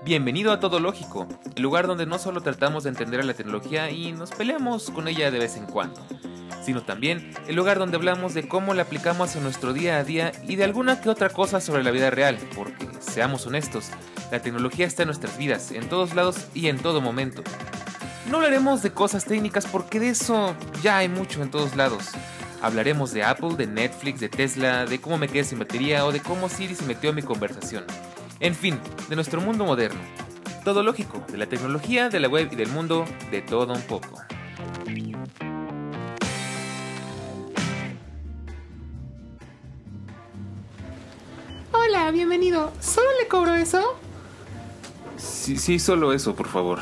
Bienvenido a Todo Lógico, el lugar donde no solo tratamos de entender a la tecnología y nos peleamos con ella de vez en cuando, sino también el lugar donde hablamos de cómo la aplicamos en nuestro día a día y de alguna que otra cosa sobre la vida real, porque, seamos honestos, la tecnología está en nuestras vidas, en todos lados y en todo momento. No hablaremos de cosas técnicas porque de eso ya hay mucho en todos lados. Hablaremos de Apple, de Netflix, de Tesla, de cómo me quedé sin batería o de cómo Siri se metió en mi conversación. En fin, de nuestro mundo moderno. Todo lógico, de la tecnología, de la web y del mundo, de todo un poco. Hola, bienvenido. ¿Solo le cobro eso? Sí, solo eso, por favor.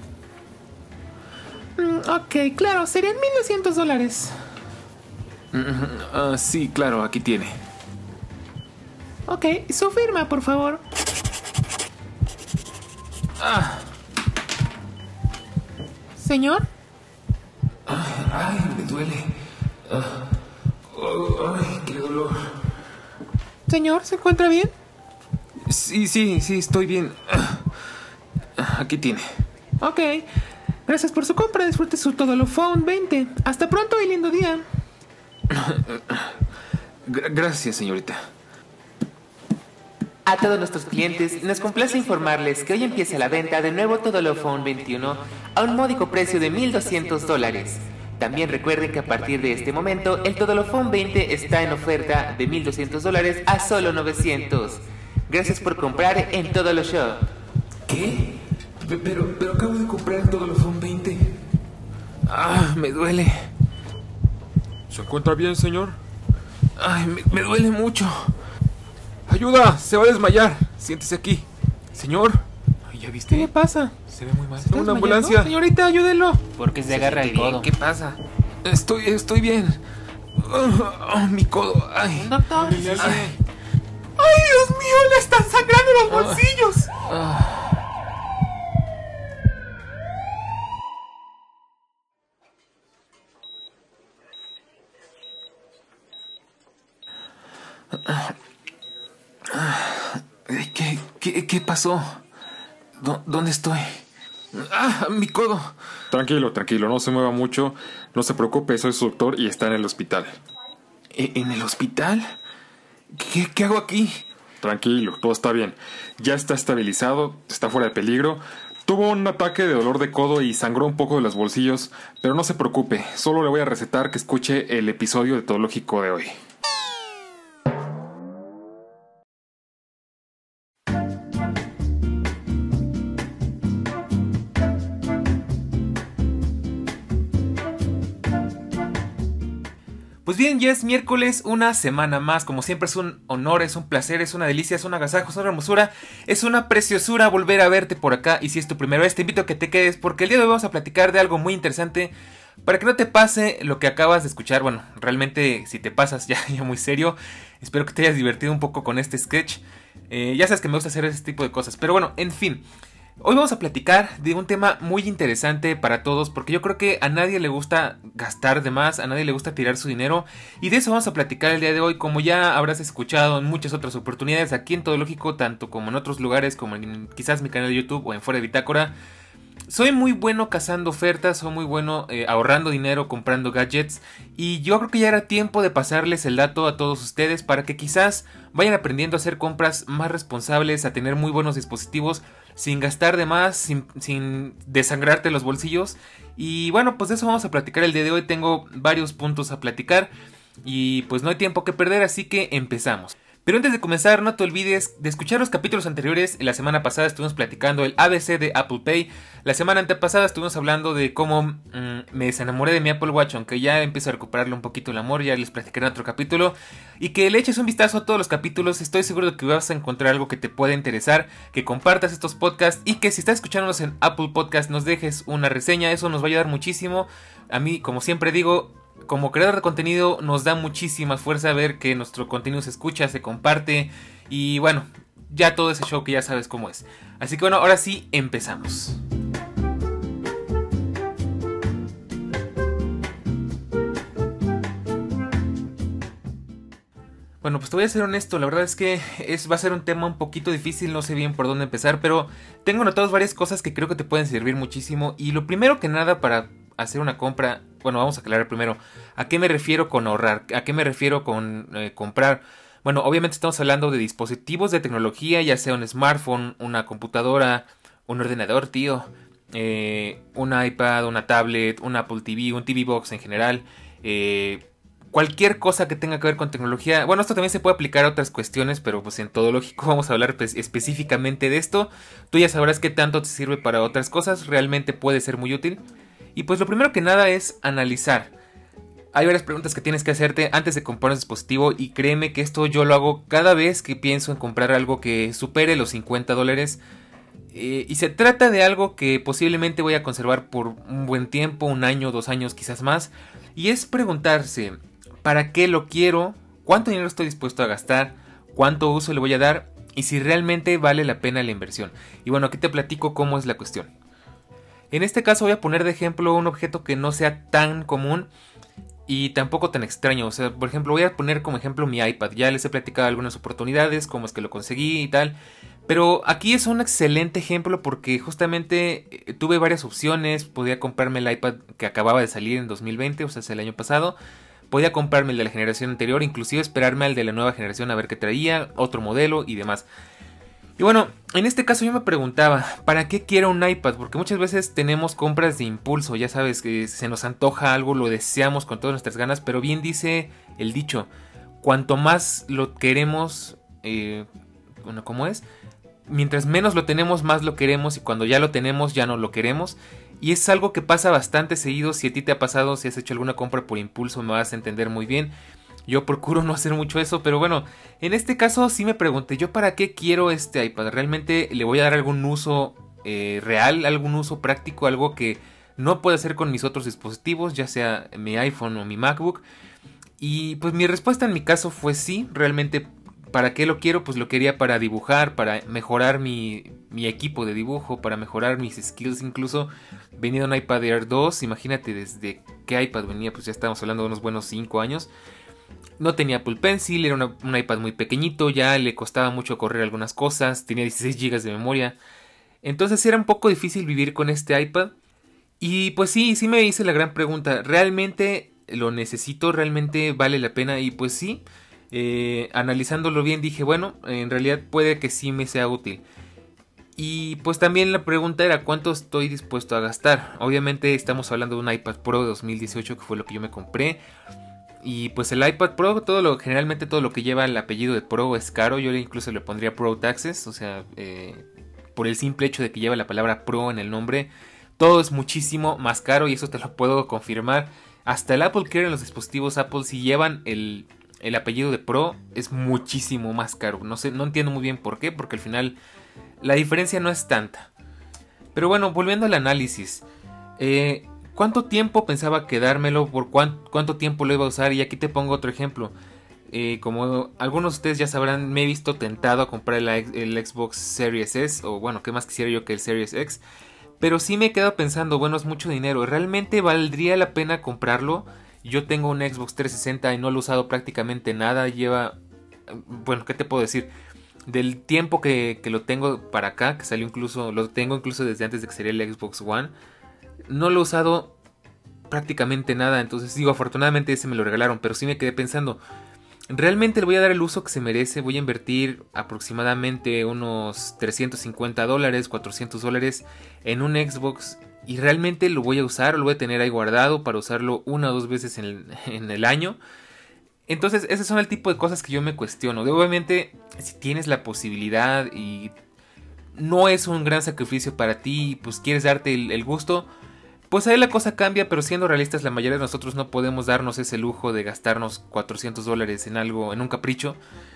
Ok, claro, serían $1,200. Sí, claro, aquí tiene. Ok, su firma, por favor. ¿Señor? Ay, me duele. Ay, qué dolor. ¿Señor, se encuentra bien? Sí, estoy bien. Aquí tiene. Ok, gracias por su compra. Disfrute su Todolophone 20. Hasta pronto y lindo día. Gracias, señorita. A todos nuestros clientes nos complace informarles que hoy empieza la venta de nuevo Todolophone 21 a un módico precio de $1,200. También recuerden que a partir de este momento el Todolophone 20 está en oferta de $1,200 a solo $900. Gracias por comprar en Todolo Shop. ¿Qué? Pero acabo de comprar el Todolophone 20. Me duele. ¿Se encuentra bien, señor? Ay, me duele mucho. ¡Ayuda! ¡Se va a desmayar! Siéntese aquí. Señor. Ay, ¿ya ¿Qué viste? le pasa? Se ve muy mal. ¿Está Una desmayando? ambulancia. Señorita, ayúdenlo. ¿Por qué se agarra el codo? ¿Qué pasa? Estoy bien. Mi codo. Ay. Doctor. Ay. ¡Ay, Dios mío! ¡Le están sangrando los bolsillos! ¿Qué pasó? ¿Dónde estoy? Mi codo. Tranquilo, no se mueva mucho. No se preocupe, soy su doctor y está en el hospital. ¿En el hospital? ¿Qué hago aquí? Tranquilo, todo está bien. Ya está estabilizado, está fuera de peligro. Tuvo un ataque de dolor de codo y sangró un poco de los bolsillos, pero no se preocupe, solo le voy a recetar que escuche el episodio de Todo Lógico de hoy. Pues bien, ya es miércoles, una semana más. Como siempre es un honor, es un placer, es una delicia, es un agasajo, es una hermosura, es una preciosura volver a verte por acá. Y si es tu primera vez, te invito a que te quedes porque el día de hoy vamos a platicar de algo muy interesante para que no te pase lo que acabas de escuchar. Bueno, realmente si te pasas ya muy serio. Espero que te hayas divertido un poco con este sketch. Ya sabes que me gusta hacer ese tipo de cosas. Pero bueno, en fin. Hoy vamos a platicar de un tema muy interesante para todos porque yo creo que a nadie le gusta gastar de más, a nadie le gusta tirar su dinero y de eso vamos a platicar el día de hoy, como ya habrás escuchado en muchas otras oportunidades aquí en Todo Lógico, tanto como en otros lugares como en quizás mi canal de YouTube o en Fuera de Bitácora. Soy muy bueno cazando ofertas, soy muy bueno ahorrando dinero, comprando gadgets y yo creo que ya era tiempo de pasarles el dato a todos ustedes para que quizás vayan aprendiendo a hacer compras más responsables, a tener muy buenos dispositivos sin gastar de más, sin desangrarte los bolsillos. Y bueno, pues de eso vamos a platicar el día de hoy, tengo varios puntos a platicar y pues no hay tiempo que perder, así que empezamos. Pero antes de comenzar, no te olvides de escuchar los capítulos anteriores. La semana pasada estuvimos platicando el ABC de Apple Pay. La semana antepasada estuvimos hablando de cómo me desenamoré de mi Apple Watch, aunque ya empiezo a recuperarle un poquito el amor, ya les platicaré en otro capítulo. Y que le eches un vistazo a todos los capítulos, estoy seguro de que vas a encontrar algo que te pueda interesar, que compartas estos podcasts y que si estás escuchándonos en Apple Podcast nos dejes una reseña, eso nos va a ayudar muchísimo. A mí, como siempre digo, como creador de contenido nos da muchísima fuerza ver que nuestro contenido se escucha, se comparte y bueno, ya todo ese show que ya sabes cómo es. Así que bueno, ahora sí, empezamos. Bueno, pues te voy a ser honesto, la verdad es que va a ser un tema un poquito difícil, no sé bien por dónde empezar, pero tengo notados varias cosas que creo que te pueden servir muchísimo. Y lo primero que nada para hacer una compra, bueno, vamos a aclarar primero, ¿a qué me refiero con ahorrar? ¿A qué me refiero con comprar? Bueno, obviamente estamos hablando de dispositivos de tecnología, ya sea un smartphone, una computadora, un ordenador, tío, un iPad, una tablet, un Apple TV, un TV Box en general, cualquier cosa que tenga que ver con tecnología. Bueno, esto también se puede aplicar a otras cuestiones, pero pues en todo lógico vamos a hablar pues, específicamente de esto. Tú ya sabrás qué tanto te sirve para otras cosas, realmente puede ser muy útil. Y pues lo primero que nada es analizar. Hay varias preguntas que tienes que hacerte antes de comprar un dispositivo y créeme que esto yo lo hago cada vez que pienso en comprar algo que supere los $50. Y se trata de algo que posiblemente voy a conservar por un buen tiempo, un año, 2 años, quizás más. Y es preguntarse, ¿para qué lo quiero? ¿Cuánto dinero estoy dispuesto a gastar? ¿Cuánto uso le voy a dar? Y si realmente vale la pena la inversión. Y bueno, aquí te platico cómo es la cuestión. En este caso voy a poner de ejemplo un objeto que no sea tan común y tampoco tan extraño. O sea, por ejemplo, voy a poner como ejemplo mi iPad. Ya les he platicado algunas oportunidades, cómo es que lo conseguí y tal. Pero aquí es un excelente ejemplo porque justamente tuve varias opciones. Podía comprarme el iPad que acababa de salir en 2020, o sea, es el año pasado. Podía comprarme el de la generación anterior, inclusive esperarme al de la nueva generación a ver qué traía, otro modelo y demás. Y bueno, en este caso yo me preguntaba, ¿para qué quiero un iPad? Porque muchas veces tenemos compras de impulso, ya sabes que se nos antoja algo, lo deseamos con todas nuestras ganas, pero bien dice el dicho, cuanto más lo queremos, bueno, ¿cómo es? Mientras menos lo tenemos, más lo queremos y cuando ya lo tenemos, ya no lo queremos. Y es algo que pasa bastante seguido, si a ti te ha pasado, si has hecho alguna compra por impulso, me vas a entender muy bien. Yo procuro no hacer mucho eso, pero bueno, en este caso sí me pregunté, ¿yo para qué quiero este iPad? ¿Realmente le voy a dar algún uso real, algún uso práctico, algo que no puedo hacer con mis otros dispositivos, ya sea mi iPhone o mi MacBook? Y pues mi respuesta en mi caso fue sí, realmente, ¿para qué lo quiero? Pues lo quería para dibujar, para mejorar mi equipo de dibujo, para mejorar mis skills incluso. Venía un iPad Air 2, imagínate desde qué iPad venía, pues ya estábamos hablando de unos buenos 5 años. No tenía Apple Pencil, era un iPad muy pequeñito, ya le costaba mucho correr algunas cosas, tenía 16 GB de memoria. Entonces era un poco difícil vivir con este iPad. Y pues sí me hice la gran pregunta, ¿realmente lo necesito? ¿Realmente vale la pena? Y pues sí, analizándolo bien dije, bueno, en realidad puede que sí me sea útil. Y pues también la pregunta era cuánto estoy dispuesto a gastar. Obviamente estamos hablando de un iPad Pro de 2018 que fue lo que yo me compré. Y pues el iPad Pro, generalmente todo lo que lleva el apellido de Pro es caro. Yo incluso le pondría Pro Taxes, o sea, por el simple hecho de que lleva la palabra Pro en el nombre, todo es muchísimo más caro y eso te lo puedo confirmar. Hasta el Apple Care en los dispositivos Apple, si llevan el apellido de Pro, es muchísimo más caro. No sé, no entiendo muy bien por qué, porque al final la diferencia no es tanta. Pero bueno, volviendo al análisis. ¿Cuánto tiempo pensaba quedármelo? ¿Por cuánto tiempo lo iba a usar? Y aquí te pongo otro ejemplo. Como algunos de ustedes ya sabrán, me he visto tentado a comprar el Xbox Series S. O bueno, ¿qué más quisiera yo que el Series X? Pero sí me he quedado pensando, bueno, es mucho dinero. ¿Realmente valdría la pena comprarlo? Yo tengo un Xbox 360 y no lo he usado prácticamente nada. Lleva... Bueno, ¿qué te puedo decir? Del tiempo que lo tengo para acá, que salió incluso... Lo tengo incluso desde antes de que saliera el Xbox One. No lo he usado prácticamente nada. Entonces digo, afortunadamente ese me lo regalaron. Pero sí me quedé pensando, ¿realmente le voy a dar el uso que se merece? Voy a invertir aproximadamente unos $350, $400 en un Xbox. ¿Y realmente lo voy a usar? ¿O lo voy a tener ahí guardado para usarlo una o dos veces en el año? Entonces esos son el tipo de cosas que yo me cuestiono. Obviamente si tienes la posibilidad y no es un gran sacrificio para ti, pues quieres darte el gusto, pues ahí la cosa cambia, pero siendo realistas la mayoría de nosotros no podemos darnos ese lujo de gastarnos $400 en algo, en un capricho.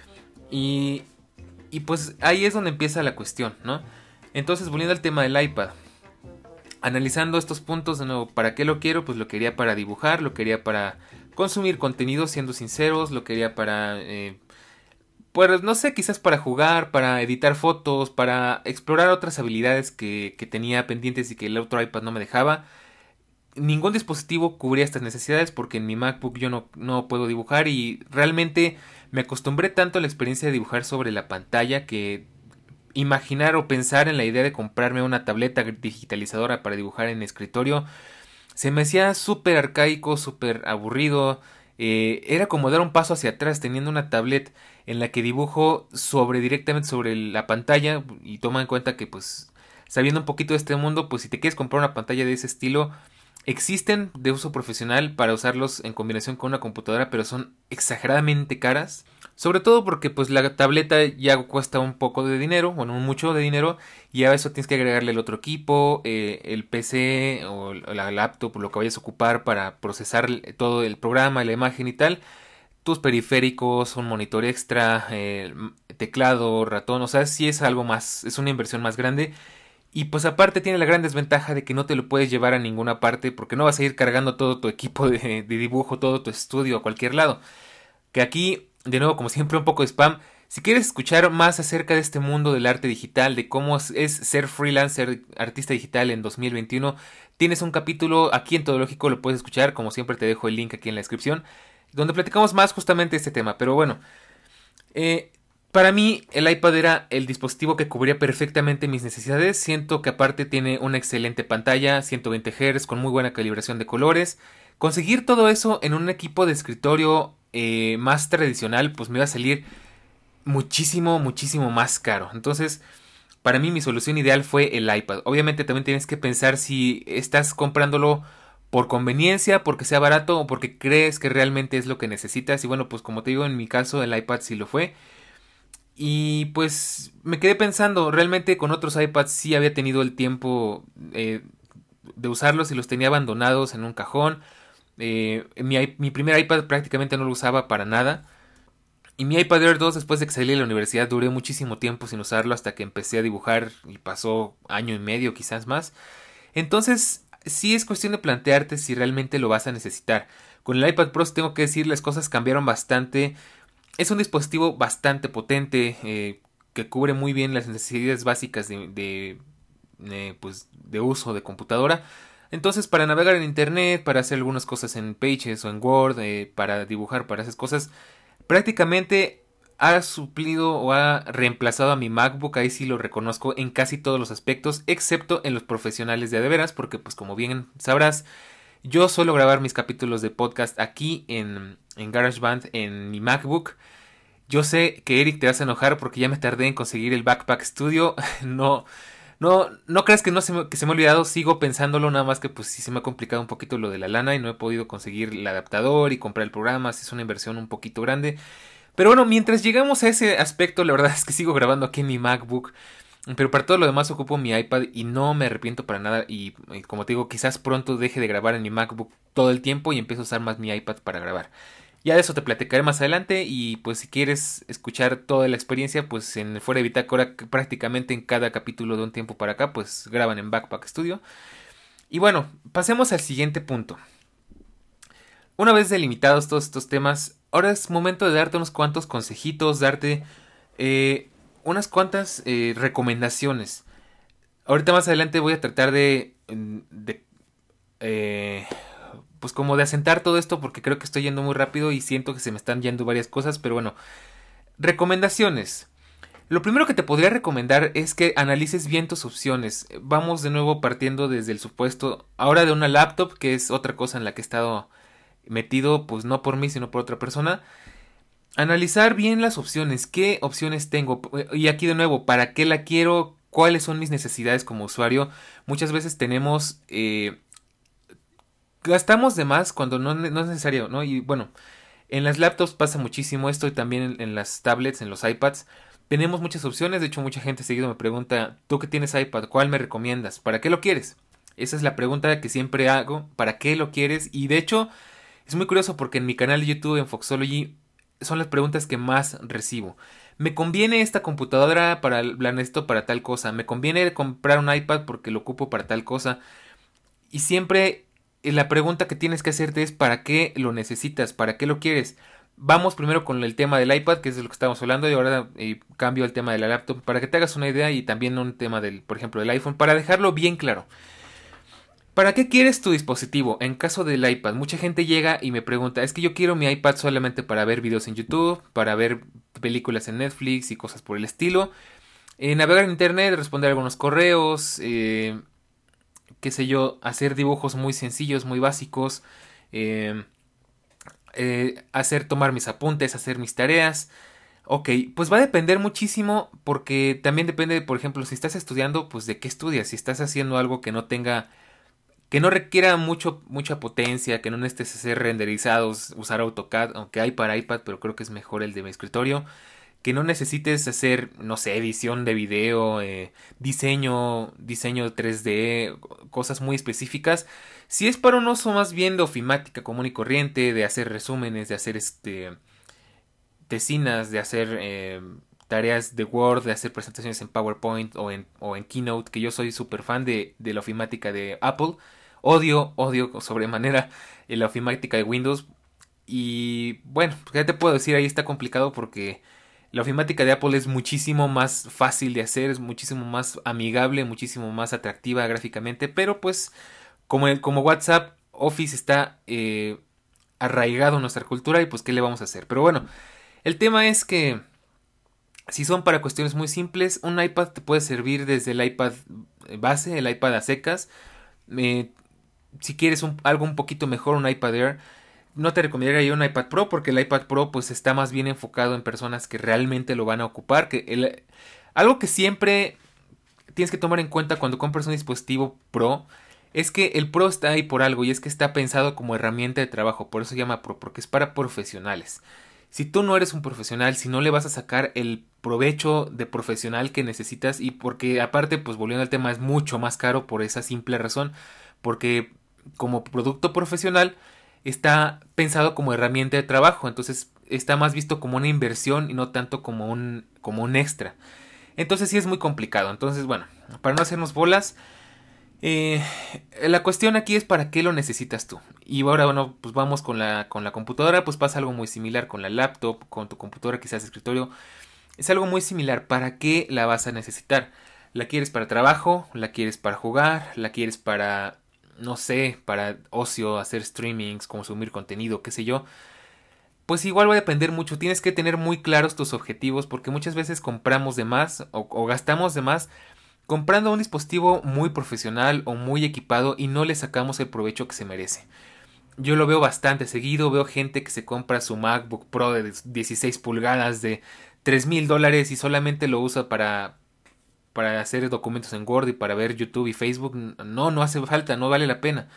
Y pues ahí es donde empieza la cuestión, ¿no? Entonces volviendo al tema del iPad, analizando estos puntos de nuevo, ¿para qué lo quiero? Pues lo quería para dibujar, lo quería para consumir contenido, siendo sinceros, lo quería para... pues no sé, quizás para jugar, para editar fotos, para explorar otras habilidades que tenía pendientes y que el otro iPad no me dejaba. ningún dispositivo cubría estas necesidades porque en mi MacBook yo no puedo dibujar y realmente me acostumbré tanto a la experiencia de dibujar sobre la pantalla que imaginar o pensar en la idea de comprarme una tableta digitalizadora para dibujar en escritorio se me hacía súper arcaico, súper aburrido. Era como dar un paso hacia atrás teniendo una tablet en la que dibujo directamente sobre la pantalla y toma en cuenta que pues sabiendo un poquito de este mundo, pues si te quieres comprar una pantalla de ese estilo, existen de uso profesional para usarlos en combinación con una computadora, pero son exageradamente caras. Sobre todo porque pues la tableta ya cuesta un poco de dinero, bueno, mucho de dinero, y a eso tienes que agregarle el otro equipo, el PC o la laptop, lo que vayas a ocupar para procesar todo el programa, la imagen y tal, tus periféricos, un monitor extra, teclado, ratón, o sea, sí es algo más, es una inversión más grande. Y pues aparte tiene la gran desventaja de que no te lo puedes llevar a ninguna parte porque no vas a ir cargando todo tu equipo de dibujo, todo tu estudio a cualquier lado. Que aquí, de nuevo, como siempre, un poco de spam. Si quieres escuchar más acerca de este mundo del arte digital, de cómo es ser freelancer, artista digital en 2021, tienes un capítulo aquí en Todo Lógico, lo puedes escuchar, como siempre te dejo el link aquí en la descripción, donde platicamos más justamente de este tema. Pero bueno, para mí el iPad era el dispositivo que cubría perfectamente mis necesidades. Siento que aparte tiene una excelente pantalla, 120 Hz, con muy buena calibración de colores. Conseguir todo eso en un equipo de escritorio más tradicional, pues me iba a salir muchísimo, muchísimo más caro. Entonces, para mí mi solución ideal fue el iPad. Obviamente también tienes que pensar si estás comprándolo por conveniencia, porque sea barato o porque crees que realmente es lo que necesitas. Y bueno, pues como te digo, en mi caso el iPad sí lo fue. Y pues me quedé pensando, realmente con otros iPads sí había tenido el tiempo de usarlos y los tenía abandonados en un cajón. Mi primer iPad prácticamente no lo usaba para nada. Y mi iPad Air 2 después de que salí de la universidad duré muchísimo tiempo sin usarlo hasta que empecé a dibujar y pasó año y medio quizás más. Entonces sí es cuestión de plantearte si realmente lo vas a necesitar. Con el iPad Pro tengo que decir las cosas cambiaron bastante. Es un dispositivo bastante potente que cubre muy bien las necesidades básicas pues, de uso de computadora. Entonces, para navegar en internet, para hacer algunas cosas en Pages o en Word, para dibujar, para esas cosas, prácticamente ha suplido o ha reemplazado a mi MacBook, ahí sí lo reconozco en casi todos los aspectos, excepto en los profesionales de veras, porque pues como bien sabrás, yo suelo grabar mis capítulos de podcast aquí en GarageBand en mi MacBook. Yo sé que Eric te vas a enojar porque ya me tardé en conseguir el Backpack Studio. No creas que que se me ha olvidado, sigo pensándolo, nada más que pues sí se me ha complicado un poquito lo de la lana y no he podido conseguir el adaptador y comprar el programa, es una inversión un poquito grande. Pero bueno, mientras llegamos a ese aspecto, la verdad es que sigo grabando aquí en mi MacBook. Pero para todo lo demás ocupo mi iPad y no me arrepiento para nada. Y como te digo, quizás pronto deje de grabar en mi MacBook todo el tiempo y empiezo a usar más mi iPad para grabar. Ya de eso te platicaré más adelante y pues si quieres escuchar toda la experiencia, pues en Fuera de Bitácora prácticamente en cada capítulo de un tiempo para acá, pues graban en Backpack Studio. Y bueno, pasemos al siguiente punto. Una vez delimitados todos estos temas, ahora es momento de darte unos cuantos consejitos, darte unas cuantas recomendaciones. Ahorita más adelante voy a tratar pues como de asentar todo esto porque creo que estoy yendo muy rápido y siento que se me están yendo varias cosas, pero bueno, recomendaciones. Lo primero que te podría recomendar es que analices bien tus opciones. Vamos de nuevo partiendo desde el supuesto ahora de una laptop, que es otra cosa en la que he estado metido, pues no por mí, sino por otra persona. Analizar bien las opciones, qué opciones tengo y aquí de nuevo, para qué la quiero, cuáles son mis necesidades como usuario. Muchas veces gastamos de más cuando no es necesario, ¿no? Y bueno, en las laptops pasa muchísimo esto y también en las tablets, en los iPads. Tenemos muchas opciones, de hecho mucha gente seguido me pregunta, tú que tienes iPad, ¿cuál me recomiendas? ¿Para qué lo quieres? Esa es la pregunta que siempre hago, ¿para qué lo quieres? Y de hecho es muy curioso porque en mi canal de YouTube, en Foxology, son las preguntas que más recibo. ¿Me conviene esta computadora para esto para tal cosa? ¿Me conviene comprar un iPad porque lo ocupo para tal cosa? Y siempre la pregunta que tienes que hacerte es ¿para qué lo necesitas? ¿Para qué lo quieres? Vamos primero con el tema del iPad, que es de lo que estamos hablando, y ahora cambio al tema de la laptop para que te hagas una idea y también un tema por ejemplo, del iPhone, para dejarlo bien claro. ¿Para qué quieres tu dispositivo? En caso del iPad, mucha gente llega y me pregunta, es que yo quiero mi iPad solamente para ver videos en YouTube, para ver películas en Netflix y cosas por el estilo, navegar en internet, responder algunos correos, qué sé yo, hacer dibujos muy sencillos, muy básicos, eh, tomar mis apuntes, hacer mis tareas. Ok, pues va a depender muchísimo porque también depende, por ejemplo, si estás estudiando, pues de qué estudias. Si estás haciendo algo que no tenga, que no requiera mucha potencia, que no necesites hacer renderizados, usar AutoCAD, aunque hay para iPad, pero creo que es mejor el de mi escritorio. Que no necesites hacer, no sé, edición de video, diseño 3D, cosas muy específicas. Si es para un uso más bien de ofimática común y corriente, de hacer resúmenes, de hacer tesinas, de hacer tareas de Word, de hacer presentaciones en PowerPoint o en Keynote, que yo soy súper fan de la ofimática de Apple. Odio sobremanera la ofimática de Windows. Y bueno, pues, ¿qué te puedo decir? Ahí está complicado porque la ofimática de Apple es muchísimo más fácil de hacer, es muchísimo más amigable, muchísimo más atractiva gráficamente, pero pues como WhatsApp, Office está arraigado en nuestra cultura y pues ¿qué le vamos a hacer? Pero bueno, el tema es que si son para cuestiones muy simples, un iPad te puede servir desde el iPad base, el iPad a secas. Eh, si quieres algo un poquito mejor, un iPad Air. No te recomendaría un iPad Pro porque el iPad Pro pues está más bien enfocado en personas que realmente lo van a ocupar. Algo que siempre tienes que tomar en cuenta cuando compras un dispositivo Pro es que el Pro está ahí por algo y es que está pensado como herramienta de trabajo. Por eso se llama Pro, porque es para profesionales. Si tú no eres un profesional, si no le vas a sacar el provecho de profesional que necesitas y porque aparte, pues volviendo al tema, es mucho más caro por esa simple razón, porque como producto profesional está pensado como herramienta de trabajo, entonces está más visto como una inversión y no tanto como un extra. Entonces sí es muy complicado. Entonces, bueno, para no hacernos bolas, la cuestión aquí es para qué lo necesitas tú. Y ahora, bueno, pues vamos con la computadora, pues pasa algo muy similar con la laptop, con tu computadora quizás de escritorio. Es algo muy similar. ¿Para qué la vas a necesitar? ¿La quieres para trabajo? ¿La quieres para jugar? ¿La quieres para, no sé, para ocio, hacer streamings, consumir contenido, qué sé yo? Pues igual va a depender mucho. Tienes que tener muy claros tus objetivos porque muchas veces compramos de más o gastamos de más comprando un dispositivo muy profesional o muy equipado y no le sacamos el provecho que se merece. Yo lo veo bastante seguido, veo gente que se compra su MacBook Pro de 16 pulgadas de $3,000 y solamente lo usa para hacer documentos en Word y para ver YouTube y Facebook. No hace falta, no vale la pena.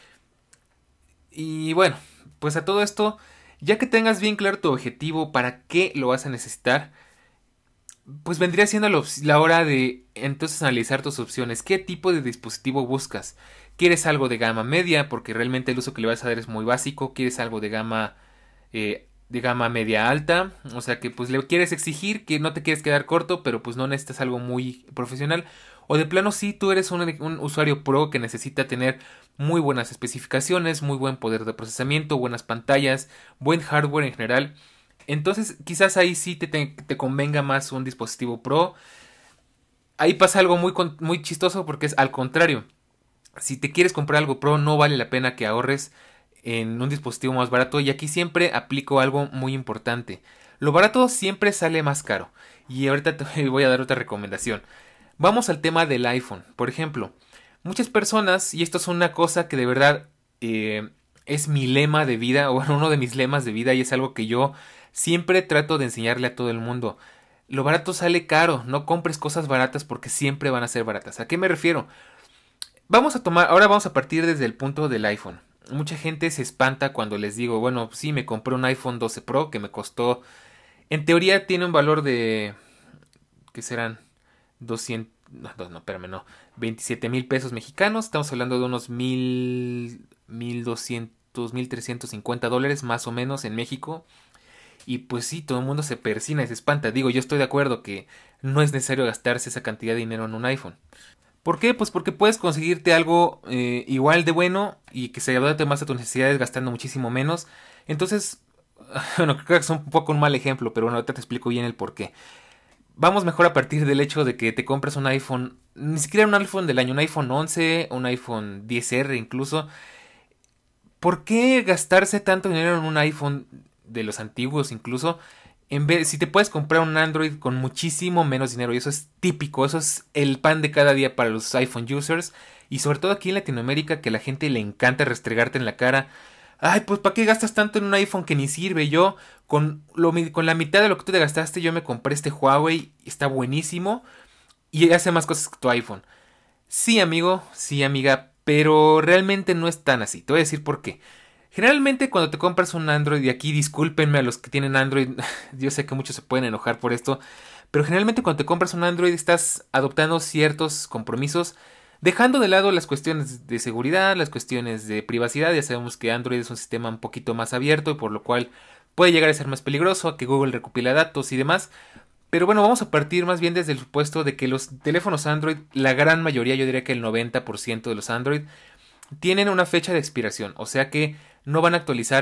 Y bueno, pues a todo esto, ya que tengas bien claro tu objetivo, para qué lo vas a necesitar, pues vendría siendo la hora de entonces analizar tus opciones. ¿Qué tipo de dispositivo buscas? ¿Quieres algo de gama media? Porque realmente el uso que le vas a dar es muy básico. ¿Quieres algo de gama media alta? O sea que pues le quieres exigir que no te quieres quedar corto, pero pues no necesitas algo muy profesional. O de plano sí, tú eres un usuario pro que necesita tener muy buenas especificaciones, muy buen poder de procesamiento, buenas pantallas, buen hardware en general. Entonces quizás ahí sí te convenga más un dispositivo Pro. Ahí pasa algo muy chistoso porque es al contrario. Si te quieres comprar algo Pro no vale la pena que ahorres en un dispositivo más barato. Y aquí siempre aplico algo muy importante. Lo barato siempre sale más caro. Y ahorita te voy a dar otra recomendación. Vamos al tema del iPhone. Por ejemplo, muchas personas, y esto es una cosa que de verdad es mi lema de vida, o bueno, uno de mis lemas de vida y es algo que yo siempre trato de enseñarle a todo el mundo. Lo barato sale caro, no compres cosas baratas porque siempre van a ser baratas. ¿A qué me refiero? Ahora vamos a partir desde el punto del iPhone. Mucha gente se espanta cuando les digo, bueno, sí, me compré un iPhone 12 Pro que me costó, en teoría tiene un valor de, ¿qué serán? 200, no, espérame, no, 27,000 pesos mexicanos. Estamos hablando de unos 1,200, $1,350 más o menos en México. Y pues sí, todo el mundo se persina y se espanta. Digo, yo estoy de acuerdo que no es necesario gastarse esa cantidad de dinero en un iPhone. ¿Por qué? Pues porque puedes conseguirte algo igual de bueno y que se adapte más a tus necesidades gastando muchísimo menos. Entonces, bueno, creo que es un poco un mal ejemplo, pero bueno, ahorita te explico bien el por qué. vamos mejor a partir del hecho de que te compras un iPhone, ni siquiera un iPhone del año, un iPhone 11, un iPhone 10R incluso. ¿Por qué gastarse tanto dinero en un iPhone de los antiguos incluso? En vez, si te puedes comprar un Android con muchísimo menos dinero, y eso es típico, eso es el pan de cada día para los iPhone users, y sobre todo aquí en Latinoamérica, que a la gente le encanta restregarte en la cara. Ay, pues ¿para qué gastas tanto en un iPhone que ni sirve? Yo, con la mitad de lo que tú te gastaste, yo me compré este Huawei, está buenísimo, y hace más cosas que tu iPhone. Sí, amigo, sí, amiga, pero realmente no es tan así. Te voy a decir por qué. Generalmente cuando te compras un Android, y aquí discúlpenme a los que tienen Android, yo sé que muchos se pueden enojar por esto, pero generalmente cuando te compras un Android estás adoptando ciertos compromisos, dejando de lado las cuestiones de seguridad, las cuestiones de privacidad. Ya sabemos que Android es un sistema un poquito más abierto y por lo cual puede llegar a ser más peligroso, a que Google recopila datos y demás. Pero bueno, vamos a partir más bien desde el supuesto de que los teléfonos Android, la gran mayoría, yo diría que el 90% de los Android, tienen una fecha de expiración, o sea que no van a actualizar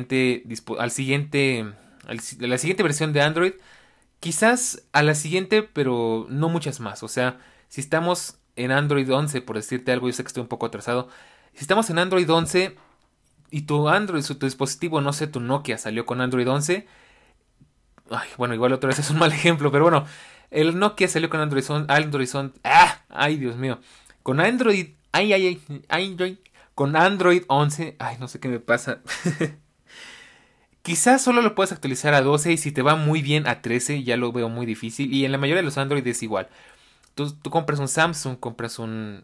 a la siguiente versión de Android, quizás a la siguiente, pero no muchas más. O sea, si estamos en Android 11, por decirte algo, yo sé que estoy un poco atrasado, si estamos en Android 11 y tu dispositivo, no sé, tu Nokia salió con Android 11, ay, bueno, igual otra vez es un mal ejemplo, pero bueno, el Nokia salió con ay, Dios mío, con Android, Android, con Android 11, ay, no sé qué me pasa. Quizás solo lo puedes actualizar a 12 y si te va muy bien a 13 ya lo veo muy difícil, y en la mayoría de los Android es igual. Tú compras un Samsung, compras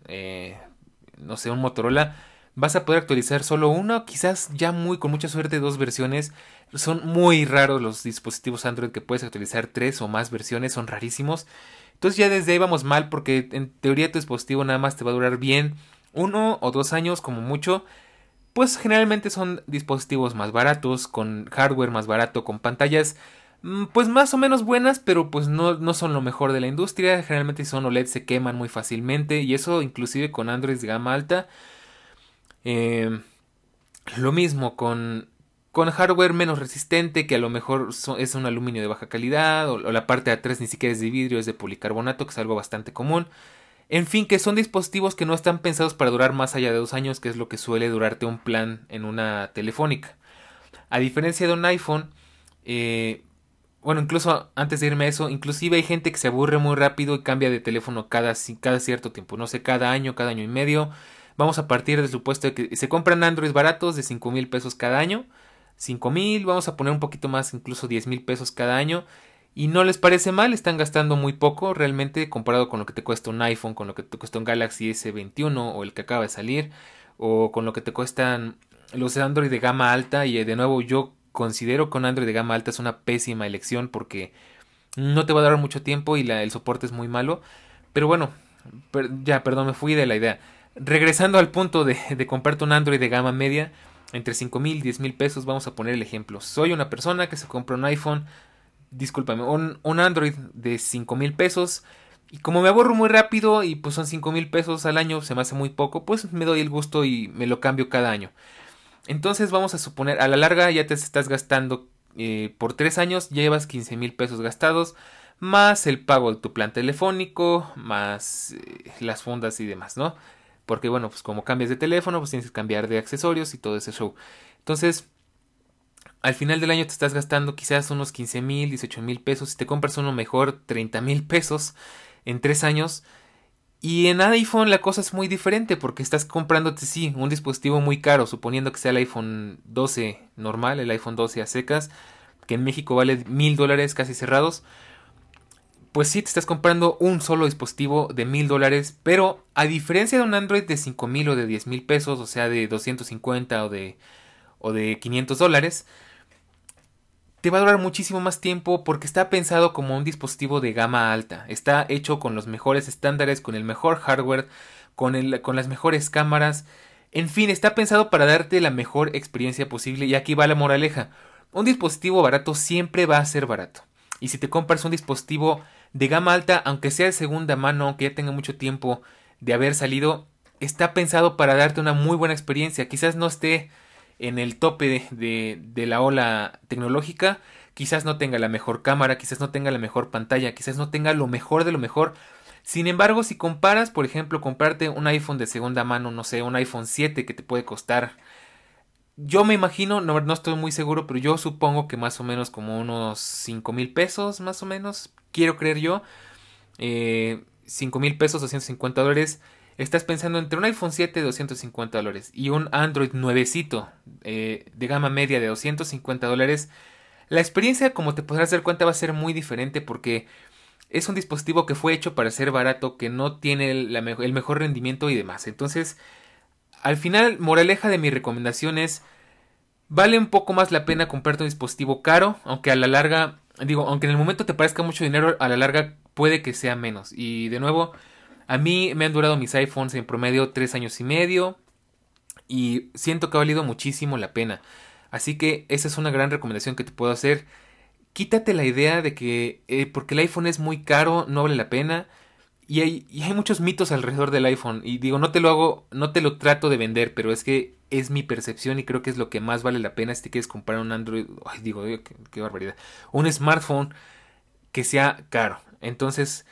no sé, un Motorola, vas a poder actualizar solo uno, quizás ya muy con mucha suerte dos versiones. Son muy raros los dispositivos Android que puedes actualizar tres o más versiones, son rarísimos. Entonces ya desde ahí vamos mal porque en teoría tu dispositivo nada más te va a durar bien 1 o 2 años como mucho. Pues generalmente son dispositivos más baratos, con hardware más barato, con pantallas pues más o menos buenas, pero pues no son lo mejor de la industria. Generalmente si son OLED se queman muy fácilmente, y eso inclusive con Android de gama alta. Eh, lo mismo con hardware menos resistente, que a lo mejor es un aluminio de baja calidad, o la parte de atrás ni siquiera es de vidrio, es de policarbonato, que es algo bastante común. En fin, que son dispositivos que no están pensados para durar más allá de 2 años, que es lo que suele durarte un plan en una telefónica. A diferencia de un iPhone, bueno, incluso antes de irme a eso, inclusive hay gente que se aburre muy rápido y cambia de teléfono cada cierto tiempo, no sé, cada año y medio. Vamos a partir del supuesto de que se compran Android baratos de 5,000 pesos cada año. 5,000, vamos a poner un poquito más, incluso 10,000 pesos cada año. Y no les parece mal, están gastando muy poco realmente comparado con lo que te cuesta un iPhone, con lo que te cuesta un Galaxy S21 o el que acaba de salir, o con lo que te cuestan los Android de gama alta. Y de nuevo yo considero que un Android de gama alta es una pésima elección porque no te va a durar mucho tiempo y el soporte es muy malo. Pero bueno, ya, perdón, me fui de la idea. Regresando al punto de comprarte un Android de gama media, entre 5,000 y 10,000 pesos, vamos a poner el ejemplo. Soy una persona que se compra un iPhone, discúlpame, un Android de 5,000 pesos. Y como me aburro muy rápido y pues son 5,000 pesos al año, se me hace muy poco, pues me doy el gusto y me lo cambio cada año. Entonces vamos a suponer, a la larga ya te estás gastando, por 3 años, ya llevas 15,000 pesos gastados, más el pago de tu plan telefónico, más las fundas y demás, ¿no? Porque bueno, pues como cambias de teléfono, pues tienes que cambiar de accesorios y todo ese show. Entonces, al final del año te estás gastando quizás unos 15,000, 18,000 pesos. Si te compras uno mejor, 30,000 pesos en 3 años. Y en iPhone la cosa es muy diferente porque estás comprándote, sí, un dispositivo muy caro, suponiendo que sea el iPhone 12 normal, el iPhone 12 a secas, que en México vale $1,000 casi cerrados. Pues sí, te estás comprando un solo dispositivo de $1,000, pero a diferencia de un Android de 5,000 o de 10,000 pesos, o sea, de 250 o de $500, te va a durar muchísimo más tiempo porque está pensado como un dispositivo de gama alta. Está hecho con los mejores estándares, con el mejor hardware, con las mejores cámaras. En fin, está pensado para darte la mejor experiencia posible. Y aquí va la moraleja. Un dispositivo barato siempre va a ser barato. Y si te compras un dispositivo de gama alta, aunque sea de segunda mano, aunque ya tenga mucho tiempo de haber salido, está pensado para darte una muy buena experiencia. Quizás no esté en el tope de la ola tecnológica, quizás no tenga la mejor cámara, quizás no tenga la mejor pantalla, quizás no tenga lo mejor de lo mejor. Sin embargo, si comparas, por ejemplo, comprarte un iPhone de segunda mano, no sé, un iPhone 7 que te puede costar, yo me imagino, no estoy muy seguro, pero yo supongo que más o menos como unos 5,000 pesos, más o menos, quiero creer yo, 5,000 pesos, $250, estás pensando entre un iPhone 7 de $250 y un Android nuevecito de gama media de $250. La experiencia, como te podrás dar cuenta, va a ser muy diferente porque es un dispositivo que fue hecho para ser barato, que no tiene el mejor rendimiento y demás. Entonces, al final, moraleja de mi recomendación es, vale un poco más la pena comprarte un dispositivo caro, aunque a la larga, digo, aunque en el momento te parezca mucho dinero, a la larga puede que sea menos. Y de nuevo, a mí me han durado mis iPhones en promedio 3 años y medio y siento que ha valido muchísimo la pena. Así que esa es una gran recomendación que te puedo hacer. Quítate la idea de que porque el iPhone es muy caro no vale la pena. Y hay muchos mitos alrededor del iPhone. Y digo, no te lo trato de vender, pero es que es mi percepción y creo que es lo que más vale la pena si te quieres comprar un Android. Ay, digo, qué barbaridad. Un smartphone que sea caro. Entonces,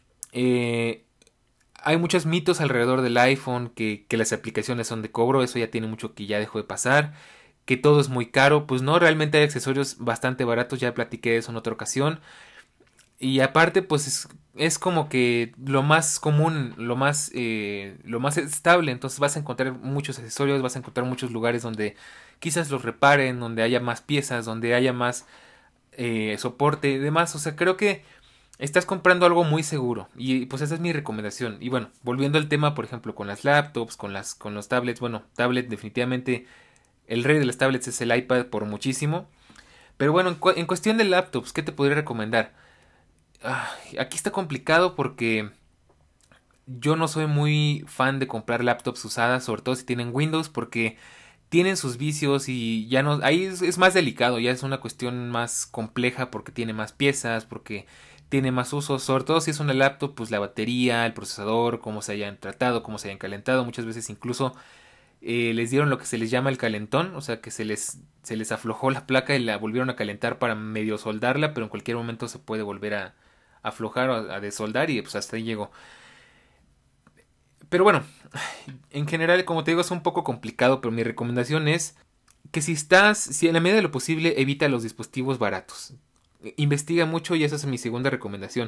eh, hay muchos mitos alrededor del iPhone, que las aplicaciones son de cobro, eso ya tiene mucho que ya dejó de pasar, que todo es muy caro, pues no, realmente hay accesorios bastante baratos, ya platiqué de eso en otra ocasión. Y aparte, pues es como que lo más común, lo más estable. Entonces vas a encontrar muchos accesorios, vas a encontrar muchos lugares donde quizás los reparen, donde haya más piezas, donde haya más soporte y demás. O sea, creo que estás comprando algo muy seguro. Y pues esa es mi recomendación. Y bueno, volviendo al tema, por ejemplo, con las laptops, con los tablets. Bueno, tablet definitivamente el rey de las tablets es el iPad por muchísimo. Pero bueno, en cuestión de laptops, ¿qué te podría recomendar? Aquí está complicado porque yo no soy muy fan de comprar laptops usadas, sobre todo si tienen Windows, porque tienen sus vicios y ya no, ahí es más delicado, ya es una cuestión más compleja porque tiene más piezas, porque tiene más usos, sobre todo si es una laptop, pues la batería, el procesador, cómo se hayan tratado, cómo se hayan calentado, muchas veces incluso les dieron lo que se les llama el calentón, o sea que se les aflojó la placa y la volvieron a calentar para medio soldarla, pero en cualquier momento se puede volver a aflojar o a desoldar y pues hasta ahí llegó. Pero bueno, en general, como te digo, es un poco complicado, pero mi recomendación es que si en la medida de lo posible, evita los dispositivos baratos. Investiga mucho y esa es mi segunda recomendación.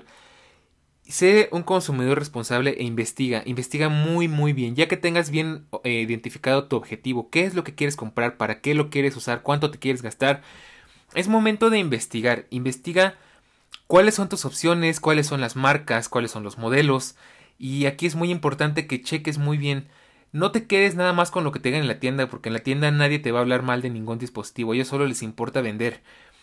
Sé un consumidor responsable e investiga muy muy bien, ya que tengas bien identificado tu objetivo, qué es lo que quieres comprar, para qué lo quieres usar, cuánto te quieres gastar. Es momento de investigar, investiga cuáles son tus opciones, cuáles son las marcas, cuáles son los modelos. Y aquí es muy importante que cheques muy bien. No te quedes nada más con lo que te digan en la tienda, porque en la tienda nadie te va a hablar mal de ningún dispositivo, a ellos solo les importa vender.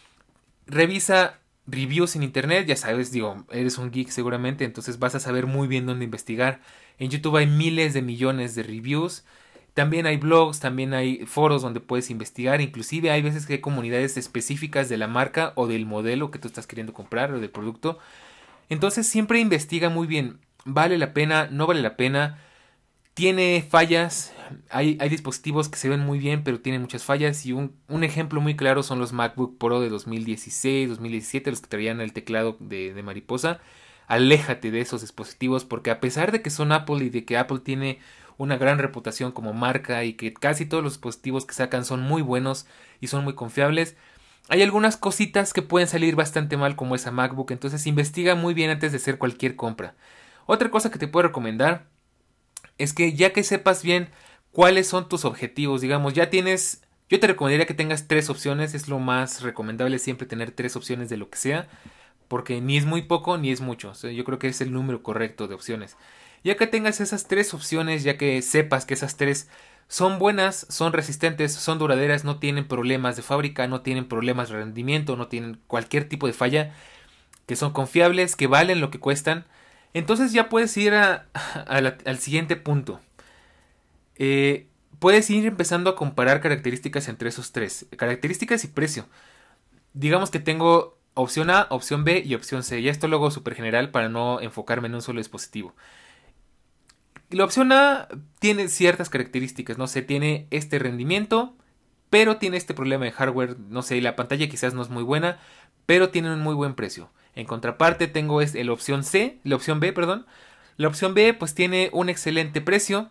Revisa reviews en internet, ya sabes, digo, eres un geek seguramente, entonces vas a saber muy bien dónde investigar. En YouTube hay miles de millones de reviews. También hay blogs, también hay foros donde puedes investigar, inclusive hay veces que hay comunidades específicas de la marca o del modelo que tú estás queriendo comprar o del producto. Entonces siempre investiga muy bien, vale la pena, no vale la pena, tiene fallas, hay dispositivos que se ven muy bien pero tienen muchas fallas y un ejemplo muy claro son los MacBook Pro de 2016, 2017, los que traían el teclado de mariposa. Aléjate de esos dispositivos porque a pesar de que son Apple y de que Apple tiene una gran reputación como marca y que casi todos los dispositivos que sacan son muy buenos y son muy confiables, hay algunas cositas que pueden salir bastante mal como esa MacBook, entonces investiga muy bien antes de hacer cualquier compra. Otra cosa que te puedo recomendar es que ya que sepas bien cuáles son tus objetivos, digamos, yo te recomendaría que tengas 3 opciones, es lo más recomendable siempre tener 3 opciones de lo que sea, porque ni es muy poco ni es mucho, o sea, yo creo que es el número correcto de opciones. Ya que tengas esas 3 opciones, ya que sepas que esas tres son buenas, son resistentes, son duraderas, no tienen problemas de fábrica, no tienen problemas de rendimiento, no tienen cualquier tipo de falla, que son confiables, que valen lo que cuestan, entonces ya puedes ir al siguiente punto. Puedes ir empezando a comparar características entre esos tres, características y precio. Digamos que tengo opción A, opción B y opción C, y esto lo hago súper general para no enfocarme en un solo dispositivo. La opción A tiene ciertas características, no sé, tiene este rendimiento pero tiene este problema de hardware, no sé, la pantalla quizás no es muy buena, pero tiene un muy buen precio. En contraparte tengo la opción B, perdón. La opción B pues tiene un excelente precio.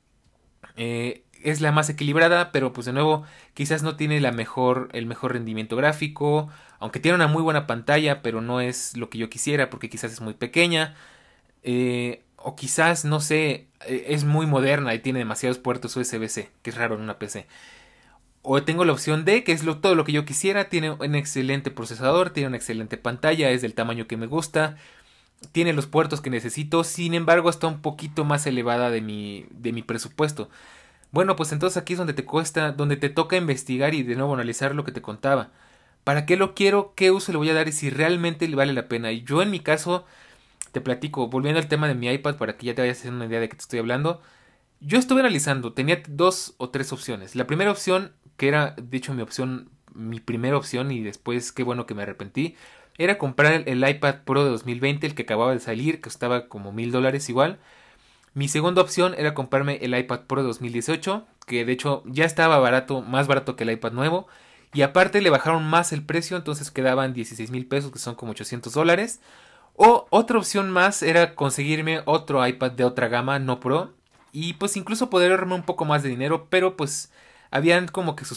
Es la más equilibrada, pero pues de nuevo quizás no tiene el mejor rendimiento gráfico, aunque tiene una muy buena pantalla, pero no es lo que yo quisiera porque quizás es muy pequeña, o quizás, no sé, es muy moderna y tiene demasiados puertos USB-C, que es raro en una PC. O tengo la opción D, que es todo lo que yo quisiera, tiene un excelente procesador, tiene una excelente pantalla, es del tamaño que me gusta, tiene los puertos que necesito, sin embargo está un poquito más elevada de mi presupuesto. Bueno, pues entonces aquí es donde te toca investigar y de nuevo analizar lo que te contaba. ¿Para qué lo quiero? ¿Qué uso le voy a dar? Y si realmente le vale la pena. Y yo en mi caso, te platico, volviendo al tema de mi iPad para que ya te vayas a hacer una idea de qué te estoy hablando. Yo estuve analizando, tenía 2 o 3 opciones. La primera opción, que era de hecho mi primera opción y después qué bueno que me arrepentí, era comprar el iPad Pro de 2020, el que acababa de salir, que costaba como $1000 igual. Mi segunda opción era comprarme el iPad Pro de 2018, que de hecho ya estaba barato, más barato que el iPad nuevo. Y aparte le bajaron más el precio, entonces quedaban 16,000 pesos, que son como $800. O otra opción más era conseguirme otro iPad de otra gama, no Pro. Y pues incluso poder ahorrarme un poco más de dinero, pero pues habían como que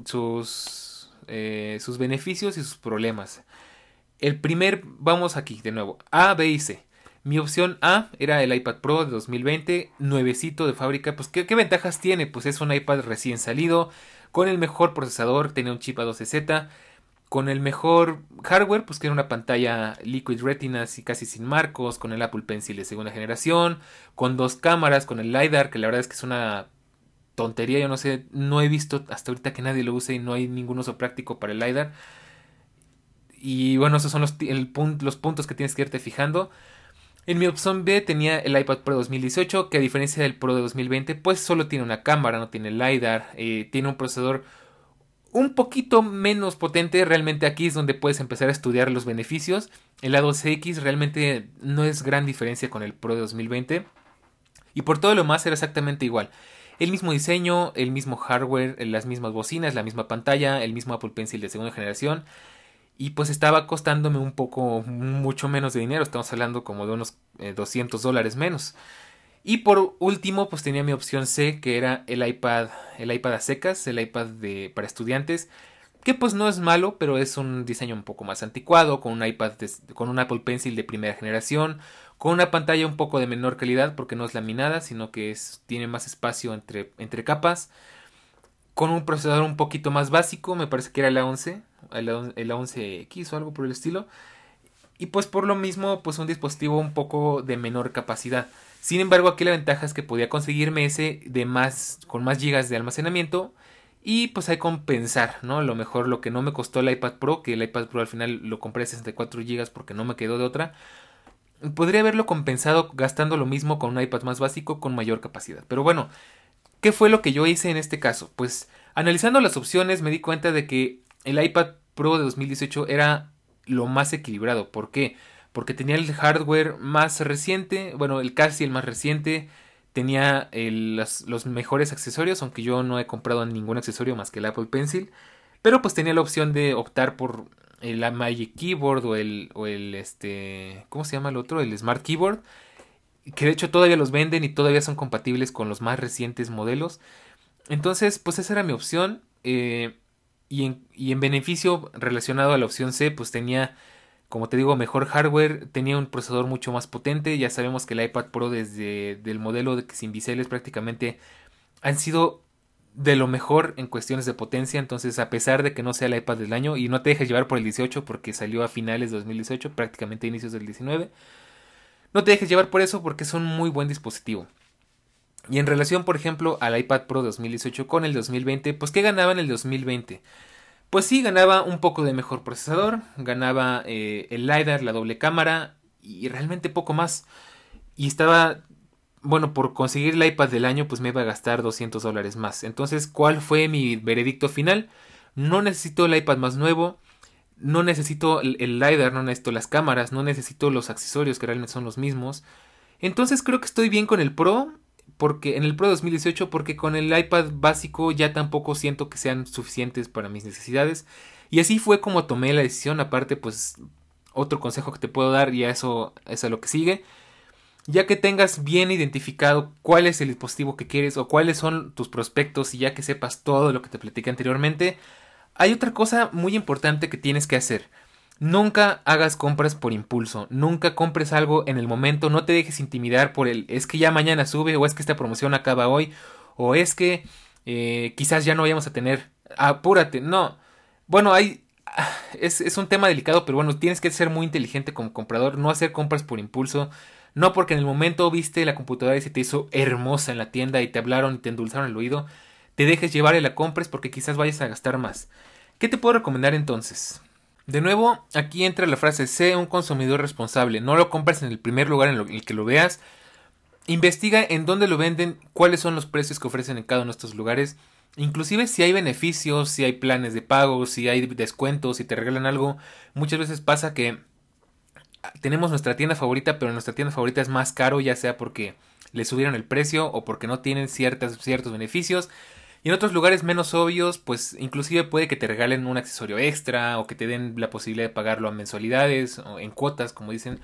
sus beneficios y sus problemas. Vamos aquí de nuevo, A, B y C. Mi opción A era el iPad Pro de 2020, nuevecito de fábrica. Pues ¿qué ventajas tiene? Pues es un iPad recién salido, con el mejor procesador, tenía un chip A12Z, con el mejor hardware, pues que era una pantalla Liquid Retina así casi sin marcos, con el Apple Pencil de segunda generación, con 2 cámaras, con el LiDAR, que la verdad es que es una tontería, yo no sé, no he visto hasta ahorita que nadie lo use y no hay ningún uso práctico para el LiDAR. Y bueno, esos son los puntos que tienes que irte fijando. En mi opción B tenía el iPad Pro 2018, que a diferencia del Pro de 2020, pues solo tiene una cámara, no tiene LiDAR, tiene un procesador un poquito menos potente. Realmente aquí es donde puedes empezar a estudiar los beneficios. El A12X realmente no es gran diferencia con el Pro de 2020. Y por todo lo más era exactamente igual. El mismo diseño, el mismo hardware, las mismas bocinas, la misma pantalla, el mismo Apple Pencil de segunda generación. Y pues estaba costándome mucho menos de dinero. Estamos hablando como de unos $200 menos. Y por último, pues tenía mi opción C, que era el iPad a secas, el iPad para estudiantes, que pues no es malo, pero es un diseño un poco más anticuado, con con un Apple Pencil de primera generación, con una pantalla un poco de menor calidad, porque no es laminada, sino que tiene más espacio entre capas, con un procesador un poquito más básico, me parece que era el A11, el A11X o algo por el estilo. Y pues por lo mismo, pues un dispositivo un poco de menor capacidad. Sin embargo, aquí la ventaja es que podía conseguirme ese con más gigas de almacenamiento. Y pues hay que compensar, ¿no? A lo mejor lo que no me costó el iPad Pro, que el iPad Pro al final lo compré a 64 gigas porque no me quedó de otra. Podría haberlo compensado gastando lo mismo con un iPad más básico con mayor capacidad. Pero bueno, ¿qué fue lo que yo hice en este caso? Pues analizando las opciones me di cuenta de que el iPad Pro de 2018 era lo más equilibrado. ¿Por qué? Porque tenía el hardware más reciente, bueno, casi el más reciente, tenía los mejores accesorios, aunque yo no he comprado ningún accesorio más que el Apple Pencil, pero pues tenía la opción de optar por el Magic Keyboard ¿cómo se llama el otro? El Smart Keyboard, que de hecho todavía los venden y todavía son compatibles con los más recientes modelos. Entonces, pues esa era mi opción. Y en beneficio relacionado a la opción C, pues tenía, como te digo, mejor hardware, tenía un procesador mucho más potente. Ya sabemos que el iPad Pro desde el modelo sin biseles prácticamente han sido de lo mejor en cuestiones de potencia. Entonces, a pesar de que no sea el iPad del año, y no te dejes llevar por el 18 porque salió a finales de 2018, prácticamente a inicios del 19, no te dejes llevar por eso porque es un muy buen dispositivo. Y en relación, por ejemplo, al iPad Pro 2018 con el 2020, pues ¿qué ganaba en el 2020? Pues sí, ganaba un poco de mejor procesador, ganaba el LiDAR, la doble cámara y realmente poco más. Y estaba, bueno, por conseguir el iPad del año, pues me iba a gastar $200 más. Entonces, ¿cuál fue mi veredicto final? No necesito el iPad más nuevo, no necesito el LiDAR, no necesito las cámaras, no necesito los accesorios que realmente son los mismos. Entonces creo que estoy bien con el Pro. porque en el Pro 2018, porque con el iPad básico ya tampoco siento que sean suficientes para mis necesidades. Y así fue como tomé la decisión. Aparte, pues otro consejo que te puedo dar, y eso es a lo que sigue. Ya que tengas bien identificado cuál es el dispositivo que quieres o cuáles son tus prospectos, y ya que sepas todo lo que te platiqué anteriormente, hay otra cosa muy importante que tienes que hacer. Nunca hagas compras por impulso, nunca compres algo en el momento, no te dejes intimidar por el es que ya mañana sube, o es que esta promoción acaba hoy, o es que quizás ya no vayamos a tener, apúrate, no. Bueno, es un tema delicado, pero bueno, tienes que ser muy inteligente como comprador, no hacer compras por impulso, no porque en el momento viste la computadora y se te hizo hermosa en la tienda y te hablaron y te endulzaron el oído, te dejes llevar y la compres porque quizás vayas a gastar más. ¿Qué te puedo recomendar entonces? De nuevo, aquí entra la frase, sé un consumidor responsable, no lo compres en el primer lugar en el que lo veas, investiga en dónde lo venden, cuáles son los precios que ofrecen en cada uno de estos lugares, inclusive si hay beneficios, si hay planes de pago, si hay descuentos, si te regalan algo. Muchas veces pasa que tenemos nuestra tienda favorita, pero nuestra tienda favorita es más caro, ya sea porque le subieron el precio o porque no tienen ciertos beneficios. Y en otros lugares menos obvios, pues inclusive puede que te regalen un accesorio extra o que te den la posibilidad de pagarlo a mensualidades o en cuotas, como dicen.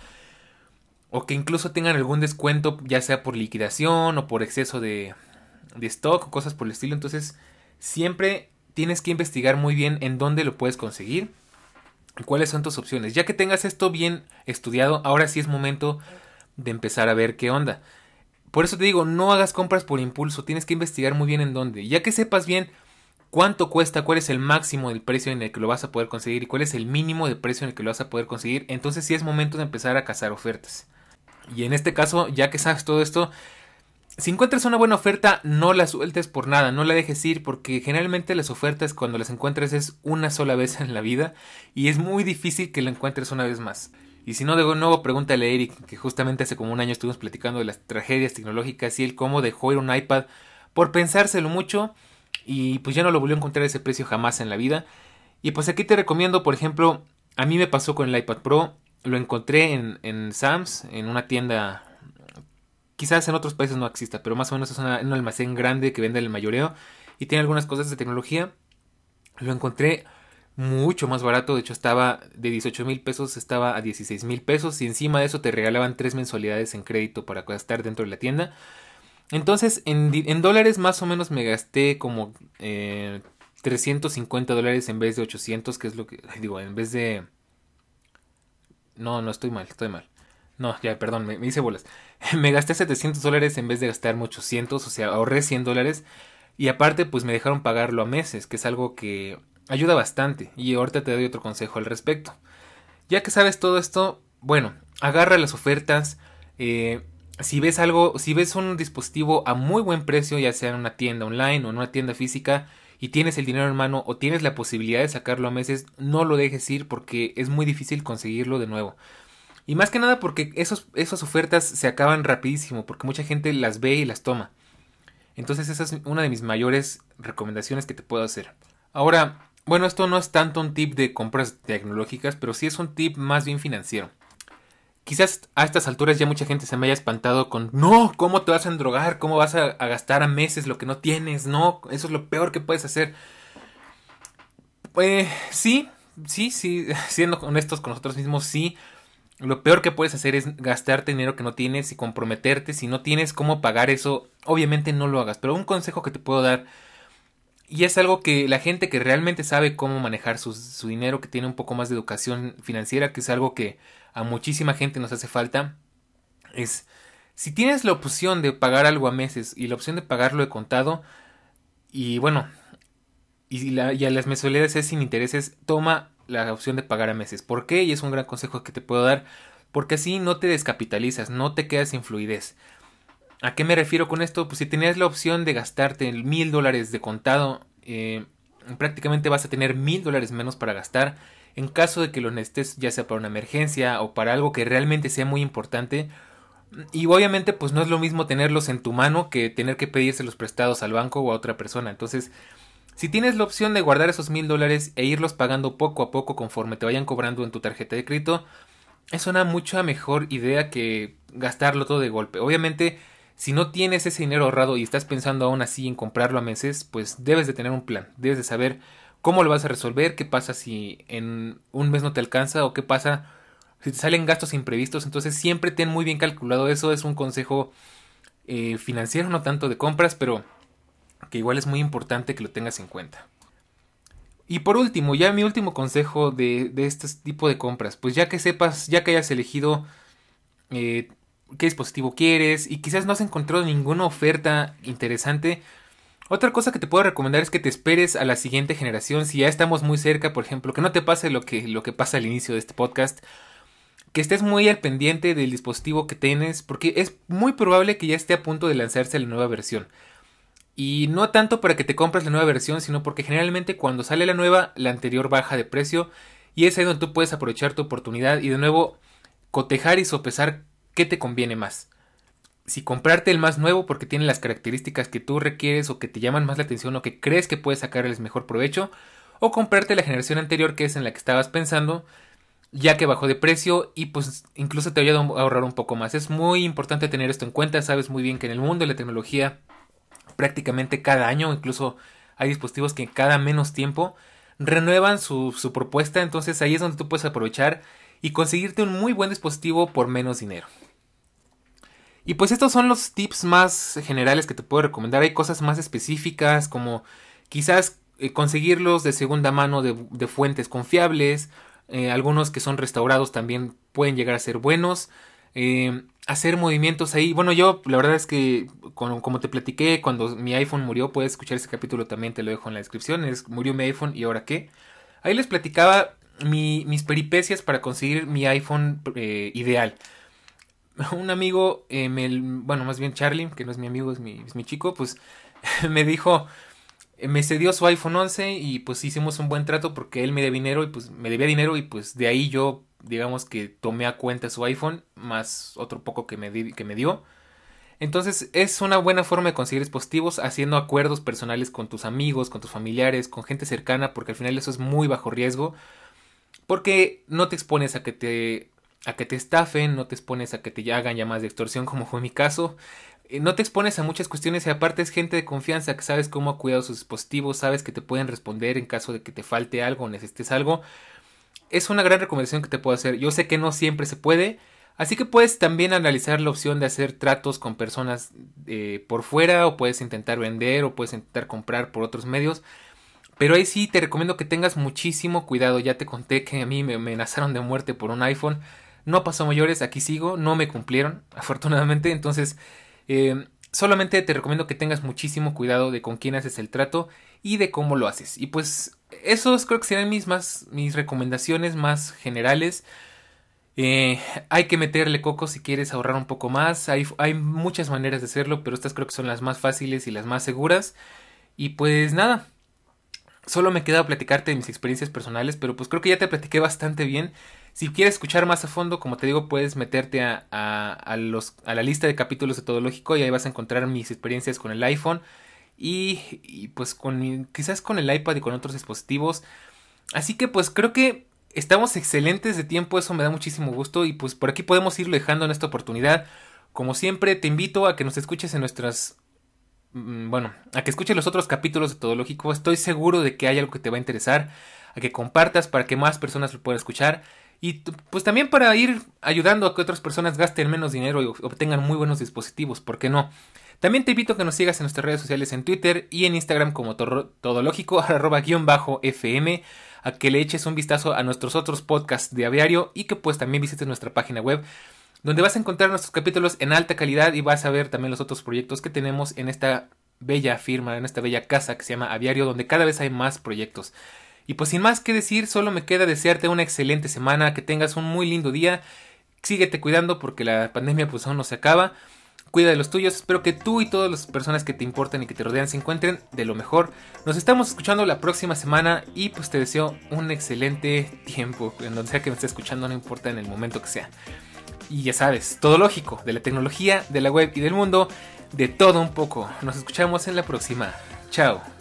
O que incluso tengan algún descuento, ya sea por liquidación o por exceso de stock o cosas por el estilo. Entonces, siempre tienes que investigar muy bien en dónde lo puedes conseguir y cuáles son tus opciones. Ya que tengas esto bien estudiado, ahora sí es momento de empezar a ver qué onda. Por eso te digo, no hagas compras por impulso, tienes que investigar muy bien en dónde. Ya que sepas bien cuánto cuesta, cuál es el máximo del precio en el que lo vas a poder conseguir y cuál es el mínimo de precio en el que lo vas a poder conseguir, entonces sí es momento de empezar a cazar ofertas. Y en este caso, ya que sabes todo esto, si encuentras una buena oferta, no la sueltes por nada, no la dejes ir, porque generalmente las ofertas cuando las encuentras es una sola vez en la vida y es muy difícil que la encuentres una vez más. Y si no, de nuevo pregúntale a Eric, que justamente hace como un año estuvimos platicando de las tragedias tecnológicas y él cómo dejó ir un iPad por pensárselo mucho y pues ya no lo volvió a encontrar a ese precio jamás en la vida. Y pues aquí te recomiendo, por ejemplo, a mí me pasó con el iPad Pro, lo encontré en Sam's, en una tienda, quizás en otros países no exista, pero más o menos es un almacén grande que vende el mayoreo y tiene algunas cosas de tecnología. Lo encontré mucho más barato, de hecho estaba de 18,000 pesos, estaba a 16,000 pesos y encima de eso te regalaban 3 mensualidades en crédito para gastar dentro de la tienda. Entonces en dólares más o menos me gasté como $350 en vez de 800, que es lo que digo, en vez de... No, estoy mal. No, ya, perdón, me hice bolas. Me gasté $700 en vez de gastarme 800, o sea, ahorré $100 y aparte pues me dejaron pagarlo a meses, que es algo que ayuda bastante y ahorita te doy otro consejo al respecto. Ya que sabes todo esto, bueno, agarra las ofertas. Si ves un dispositivo a muy buen precio, ya sea en una tienda online o en una tienda física, y tienes el dinero en mano o tienes la posibilidad de sacarlo a meses, no lo dejes ir porque es muy difícil conseguirlo de nuevo. Y más que nada porque esas ofertas se acaban rapidísimo, porque mucha gente las ve y las toma. Entonces esa es una de mis mayores recomendaciones que te puedo hacer. Ahora, bueno, esto no es tanto un tip de compras tecnológicas, pero sí es un tip más bien financiero. Quizás a estas alturas ya mucha gente se me haya espantado con no, ¿cómo te vas a endrogar? ¿Cómo vas a gastar a meses lo que no tienes? No, eso es lo peor que puedes hacer. Sí, siendo honestos con nosotros mismos, sí. Lo peor que puedes hacer es gastarte dinero que no tienes y comprometerte. Si no tienes cómo pagar eso, obviamente no lo hagas. Pero un consejo que te puedo dar, y es algo que la gente que realmente sabe cómo manejar su dinero, que tiene un poco más de educación financiera, que es algo que a muchísima gente nos hace falta, es si tienes la opción de pagar algo a meses y la opción de pagarlo de contado, y bueno, y a las mensualidades es sin intereses, toma la opción de pagar a meses. ¿Por qué? Y es un gran consejo que te puedo dar, porque así no te descapitalizas, no te quedas sin fluidez. ¿A qué me refiero con esto? Pues si tenías la opción de gastarte $1,000 de contado, prácticamente vas a tener $1,000 menos para gastar en caso de que lo necesites, ya sea para una emergencia o para algo que realmente sea muy importante. Y obviamente pues no es lo mismo tenerlos en tu mano que tener que pedírselos prestados al banco o a otra persona. Entonces, si tienes la opción de guardar esos $1,000 e irlos pagando poco a poco conforme te vayan cobrando en tu tarjeta de crédito, es una mucha mejor idea que gastarlo todo de golpe. Obviamente, Si no tienes ese dinero ahorrado y estás pensando aún así en comprarlo a meses, pues debes de tener un plan, debes de saber cómo lo vas a resolver, qué pasa si en un mes no te alcanza o qué pasa si te salen gastos imprevistos. Entonces siempre ten muy bien calculado eso, es un consejo financiero, no tanto de compras, pero que igual es muy importante que lo tengas en cuenta. Y por último, ya mi último consejo de este tipo de compras, pues ya que sepas, ya que hayas elegido qué dispositivo quieres y quizás no has encontrado ninguna oferta interesante, otra cosa que te puedo recomendar es que te esperes a la siguiente generación. Si ya estamos muy cerca, por ejemplo, que no te pase lo que pasa al inicio de este podcast, que estés muy al pendiente del dispositivo que tienes, porque es muy probable que ya esté a punto de lanzarse la nueva versión. Y no tanto para que te compres la nueva versión, sino porque generalmente cuando sale la nueva, la anterior baja de precio, y es ahí donde tú puedes aprovechar tu oportunidad y de nuevo cotejar y sopesar qué te conviene más. Si comprarte el más nuevo porque tiene las características que tú requieres o que te llaman más la atención o que crees que puedes sacarles mejor provecho, o comprarte la generación anterior que es en la que estabas pensando, ya que bajó de precio y pues incluso te ayuda a ahorrar un poco más. Es muy importante tener esto en cuenta. Sabes muy bien que en el mundo de la tecnología prácticamente cada año, incluso hay dispositivos que cada menos tiempo renuevan su propuesta, entonces ahí es donde tú puedes aprovechar y conseguirte un muy buen dispositivo por menos dinero. Y pues estos son los tips más generales que te puedo recomendar. Hay cosas más específicas como quizás conseguirlos de segunda mano de fuentes confiables. Algunos que son restaurados también pueden llegar a ser buenos. Hacer movimientos ahí. Bueno, yo la verdad es que como te platiqué cuando mi iPhone murió, puedes escuchar ese capítulo también, te lo dejo en la descripción. Murió mi iPhone y ahora qué. Ahí les platicaba mis peripecias para conseguir mi iPhone ideal. Un amigo, bueno, más bien Charlie, que no es mi amigo, es mi chico, pues me dijo, me cedió su iPhone 11 y pues hicimos un buen trato porque él me debía dinero y pues me debía dinero y pues de ahí yo, digamos que tomé a cuenta su iPhone más otro poco que me dio. Entonces es una buena forma de conseguir dispositivos haciendo acuerdos personales con tus amigos, con tus familiares, con gente cercana, porque al final eso es muy bajo riesgo, porque no te expones a que te estafen, no te expones a que te hagan llamadas de extorsión como fue mi caso, no te expones a muchas cuestiones y aparte es gente de confianza que sabes cómo ha cuidado sus dispositivos, sabes que te pueden responder en caso de que te falte algo o necesites algo. Es una gran recomendación que te puedo hacer. Yo sé que no siempre se puede, así que puedes también analizar la opción de hacer tratos con personas por fuera, o puedes intentar vender, o puedes intentar comprar por otros medios. Pero ahí sí te recomiendo que tengas muchísimo cuidado. Ya te conté que a mí me amenazaron de muerte por un iPhone. No pasó a mayores, aquí sigo, no me cumplieron, afortunadamente. Entonces, solamente te recomiendo que tengas muchísimo cuidado de con quién haces el trato y de cómo lo haces. Y pues, esos creo que serán mis recomendaciones más generales. Hay que meterle coco si quieres ahorrar un poco más. Hay muchas maneras de hacerlo, pero estas creo que son las más fáciles y las más seguras. Y pues nada. Solo me queda platicarte de mis experiencias personales, pero pues creo que ya te platiqué bastante bien. Si quieres escuchar más a fondo, como te digo, puedes meterte a la lista de capítulos de Todo Lógico y ahí vas a encontrar mis experiencias con el iPhone y pues quizás con el iPad y con otros dispositivos. Así que pues creo que estamos excelentes de tiempo, eso me da muchísimo gusto y pues por aquí podemos irlo dejando en esta oportunidad. Como siempre, te invito a que nos escuches en a que escuches los otros capítulos de Todo Lógico. Estoy seguro de que hay algo que te va a interesar, a que compartas para que más personas lo puedan escuchar y pues también para ir ayudando a que otras personas gasten menos dinero y obtengan muy buenos dispositivos, ¿por qué no? También te invito a que nos sigas en nuestras redes sociales en Twitter y en Instagram como Todológico @_FM, a que le eches un vistazo a nuestros otros podcasts de aviario y que pues también visites nuestra página web, donde vas a encontrar nuestros capítulos en alta calidad y vas a ver también los otros proyectos que tenemos en esta bella firma, en esta bella casa que se llama Aviario, donde cada vez hay más proyectos. Y pues sin más que decir, solo me queda desearte una excelente semana, que tengas un muy lindo día, síguete cuidando porque la pandemia pues aún no se acaba, cuida de los tuyos, espero que tú y todas las personas que te importan y que te rodean se encuentren de lo mejor. Nos estamos escuchando la próxima semana y pues te deseo un excelente tiempo, en donde sea que me estés escuchando, no importa en el momento que sea. Y ya sabes, Todo Lógico, de la tecnología, de la web y del mundo, de todo un poco. Nos escuchamos en la próxima. Chao.